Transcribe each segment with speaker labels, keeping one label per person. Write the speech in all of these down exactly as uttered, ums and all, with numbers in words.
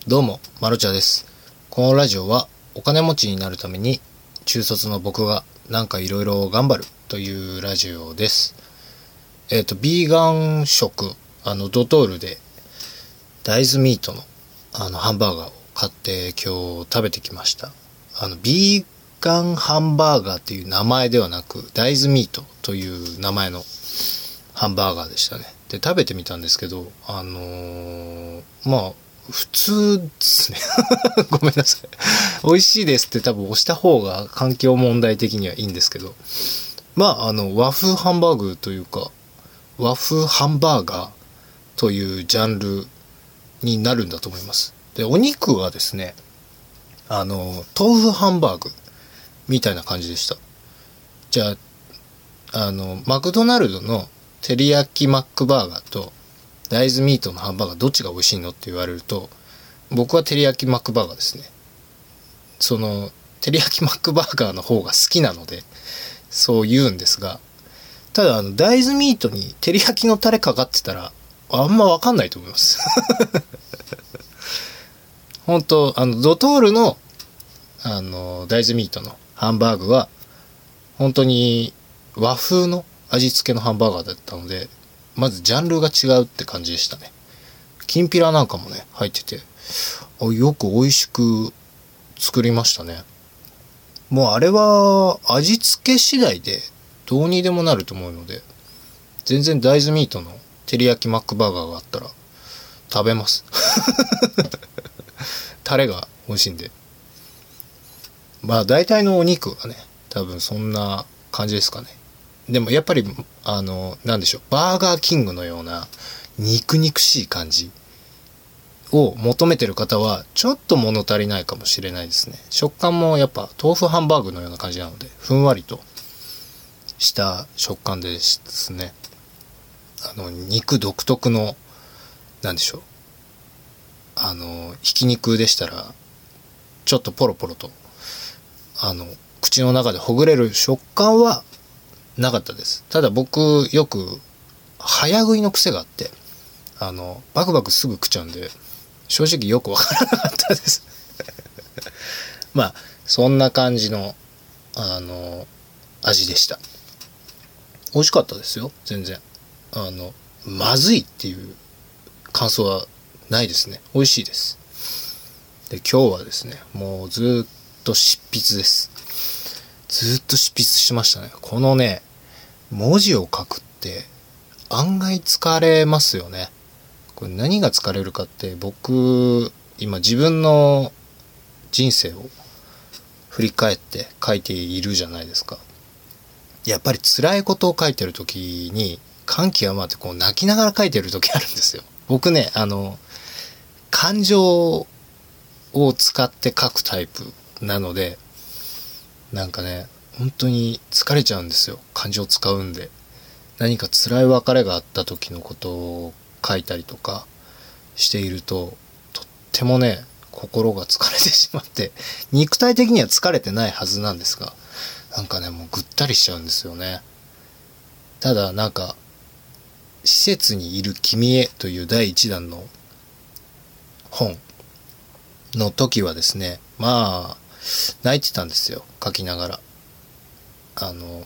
Speaker 1: どうも、まるちゃです。このラジオはお金持ちになるために中卒の僕がなんかいろいろ頑張るというラジオです。えっと、ビーガン食、あの、ドトールで大豆ミートのあのハンバーガーを買って今日食べてきました。あの、ビーガンハンバーガーっていう名前ではなく、大豆ミートという名前のハンバーガーでしたね。で、食べてみたんですけど、あのー、まあ、普通ですね。ごめんなさい。美味しいですって多分押した方が環境問題的にはいいんですけど、まあ、あの、和風ハンバーグというか、和風ハンバーガーというジャンルになるんだと思います。で、お肉はですね、あの、豆腐ハンバーグみたいな感じでした。じゃあ、あの、マクドナルドのテリヤキマックバーガーと大豆ミートのハンバーガーどっちが美味しいのって言われると、僕はテリヤキマックバーガーですね。そのテリヤキマックバーガーの方が好きなのでそう言うんですが、ただあの大豆ミートにテリヤキのタレかかってたらあんま分かんないと思います本当あのドトールのあの大豆ミートのハンバーグは本当に和風の味付けのハンバーガーだったので、まずジャンルが違うって感じでしたね。きんぴらなんかもね入ってて、あよく美味しく作りましたね。もうあれは味付け次第でどうにでもなると思うので、全然大豆ミートのテリヤキマックバーガーがあったら食べますタレが美味しいんで。まあ大体のお肉がね多分そんな感じですかね。でもやっぱりあのなんでしょう、バーガーキングのような肉肉しい感じを求めてる方はちょっと物足りないかもしれないですね。食感もやっぱ豆腐ハンバーグのような感じなのでふんわりとした食感ですね。あの肉独特のなんでしょう、あのひき肉でしたらちょっとポロポロとあの口の中でほぐれる食感はなかったです。ただ僕よく早食いの癖があって、あのバクバクすぐ食っちゃうんで正直よくわからなかったですまあそんな感じのあの味でした。美味しかったですよ。全然あのまずいっていう感想はないですね。美味しいです。で今日はですねもうずっと執筆です。ずっと執筆しましたね。このね文字を書くって案外疲れますよね。これ何が疲れるかって、僕今自分の人生を振り返って書いているじゃないですか。やっぱり辛いことを書いてる時に感極まってこう泣きながら書いてる時あるんですよ。僕ねあの感情を使って書くタイプなので、なんかね本当に疲れちゃうんですよ。感情を使うんで。何か辛い別れがあった時のことを書いたりとかしていると、とってもね心が疲れてしまって、肉体的には疲れてないはずなんですが、なんかねもうぐったりしちゃうんですよね。ただなんか施設にいる君へというだいいちだんの本の時はですね、まあ泣いてたんですよ、書きながら。あの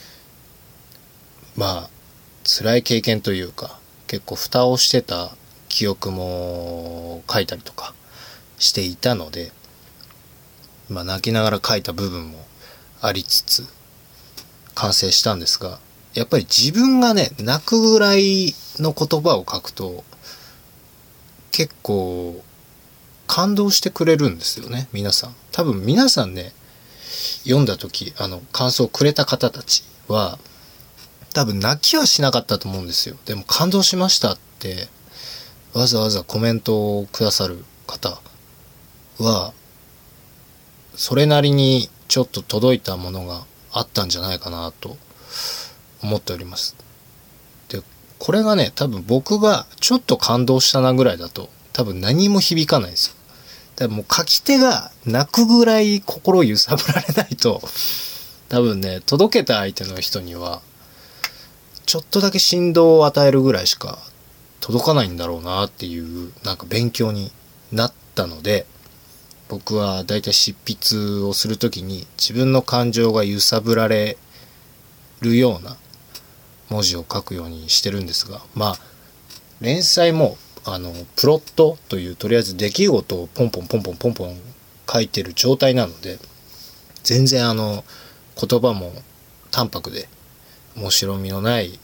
Speaker 1: まあ辛い経験というか結構蓋をしてた記憶も書いたりとかしていたので、まあ泣きながら書いた部分もありつつ完成したんですが、やっぱり自分がね泣くぐらいの言葉を書くと結構感動してくれるんですよね。皆さん多分皆さんね読んだ時あの感想をくれた方たちは多分泣きはしなかったと思うんですよ。でも感動しましたってわざわざコメントをくださる方はそれなりにちょっと届いたものがあったんじゃないかなと思っております。でこれがね多分僕がちょっと感動したなぐらいだと多分何も響かないんですよ。だからもう書き手が泣くぐらい心を揺さぶられないと多分ね届けた相手の人にはちょっとだけ振動を与えるぐらいしか届かないんだろうなっていう、なんか勉強になっったので、僕はだいたい執筆をするときに自分の感情が揺さぶられるような文字を書くようにしてるんですが、まあ連載もあのプロットというとりあえず出来事をポンポンポンポンポンポン書いてる状態なので、全然あの言葉も淡白で面白みのない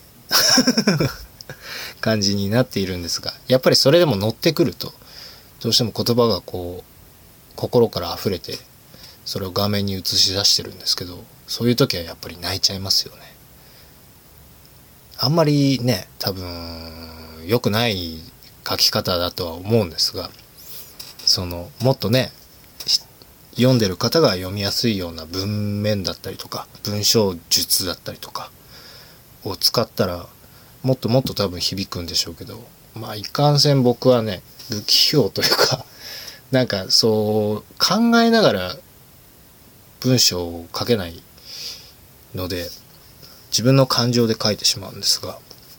Speaker 1: 感じになっているんですが、やっぱりそれでも乗ってくるとどうしても言葉がこう心から溢れて、それを画面に映し出してるんですけど、そういう時はやっぱり泣いちゃいますよね。あんまりね、多分良くない書き方だとは思うんですが、そのもっとね、読んでる方が読みやすいような文面だったりとか文章術だったりとかを使ったらもっともっと多分響くんでしょうけど、まあいかんせん僕はね、不器用というかなんかそう考えながら文章を書けないので、自分の感情で書いてしまうんですが、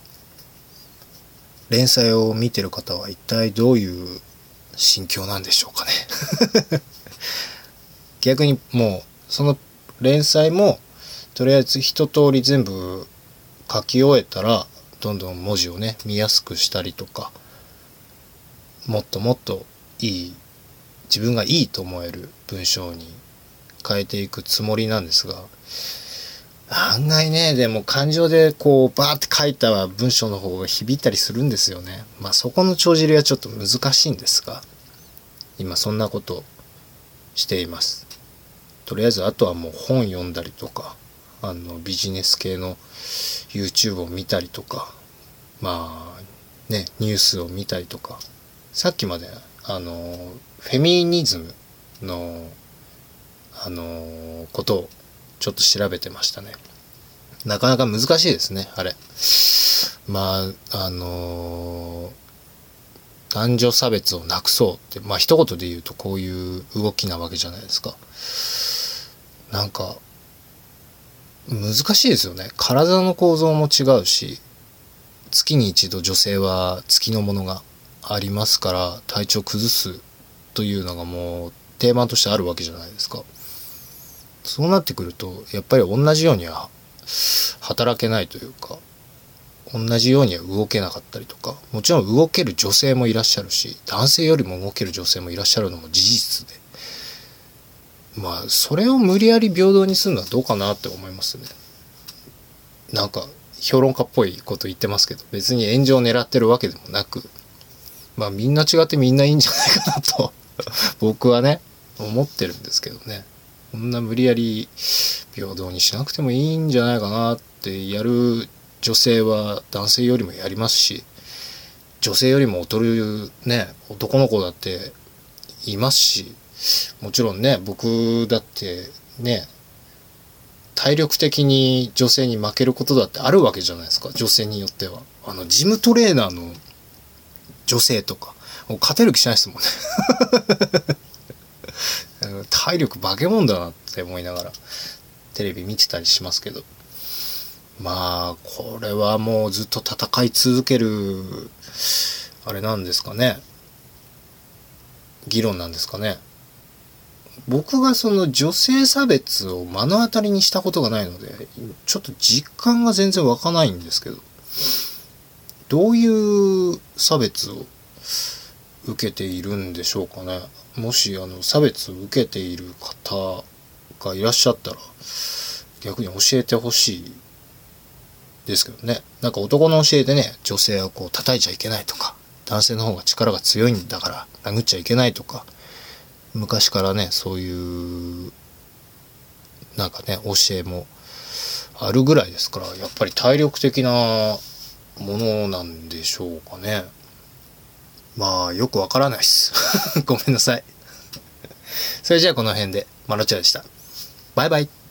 Speaker 1: 連載を見てる方は一体どういう心境なんでしょうかね逆にもうその連載もとりあえず一通り全部書き終えたら、どんどん文字をね見やすくしたりとか、もっともっといい、自分がいいと思える文章に変えていくつもりなんですが、案外ね、でも感情でこうバーって書いた文章の方が響いたりするんですよね。まあそこの帳尻はちょっと難しいんですが、今そんなことをしています。とりあえずあとはもう本読んだりとか、あのビジネス系の YouTube を見たりとか、まあねニュースを見たりとか、さっきまであのフェミニズムのあのことをちょっと調べてましたね。なかなか難しいですね、あれ。まああの男女差別をなくそうって、まあ一言で言うとこういう動きなわけじゃないですか。なんか難しいですよね。体の構造も違うし、月に一度女性は月のものがありますから体調崩すというのがもう定番としてあるわけじゃないですか。そうなってくるとやっぱり同じようには働けないというか、同じようには動けなかったりとか、もちろん動ける女性もいらっしゃるし、男性よりも動ける女性もいらっしゃるのも事実で、まあそれを無理やり平等にするのはどうかなって思いますね。なんか評論家っぽいこと言ってますけど、別に炎上を狙ってるわけでもなく、まあみんな違ってみんないいんじゃないかなと僕はね思ってるんですけどね。こんな無理やり平等にしなくてもいいんじゃないかなって、やる女性は男性よりもやりますし、女性よりも劣るね男の子だっていますし、もちろんね僕だってね体力的に女性に負けることだってあるわけじゃないですか。女性によってはあのジムトレーナーの女性とか勝てる気しないですもんね体力化け物だなって思いながらテレビ見てたりしますけど、まあこれはもうずっと戦い続けるあれなんですかね、議論なんですかね。僕がその女性差別を目の当たりにしたことがないのでちょっと実感が全然湧かないんですけど、どういう差別を受けているんでしょうかね。もしあの差別を受けている方がいらっしゃったら逆に教えてほしいですけどね。なんか男の教えでね、女性をこう叩いちゃいけないとか、男性の方が力が強いんだから殴っちゃいけないとか、昔からねそういうなんかね教えもあるぐらいですから、やっぱり体力的なものなんでしょうかね。まあよくわからないっすごめんなさいそれじゃあこの辺でマロチャでした。バイバイ。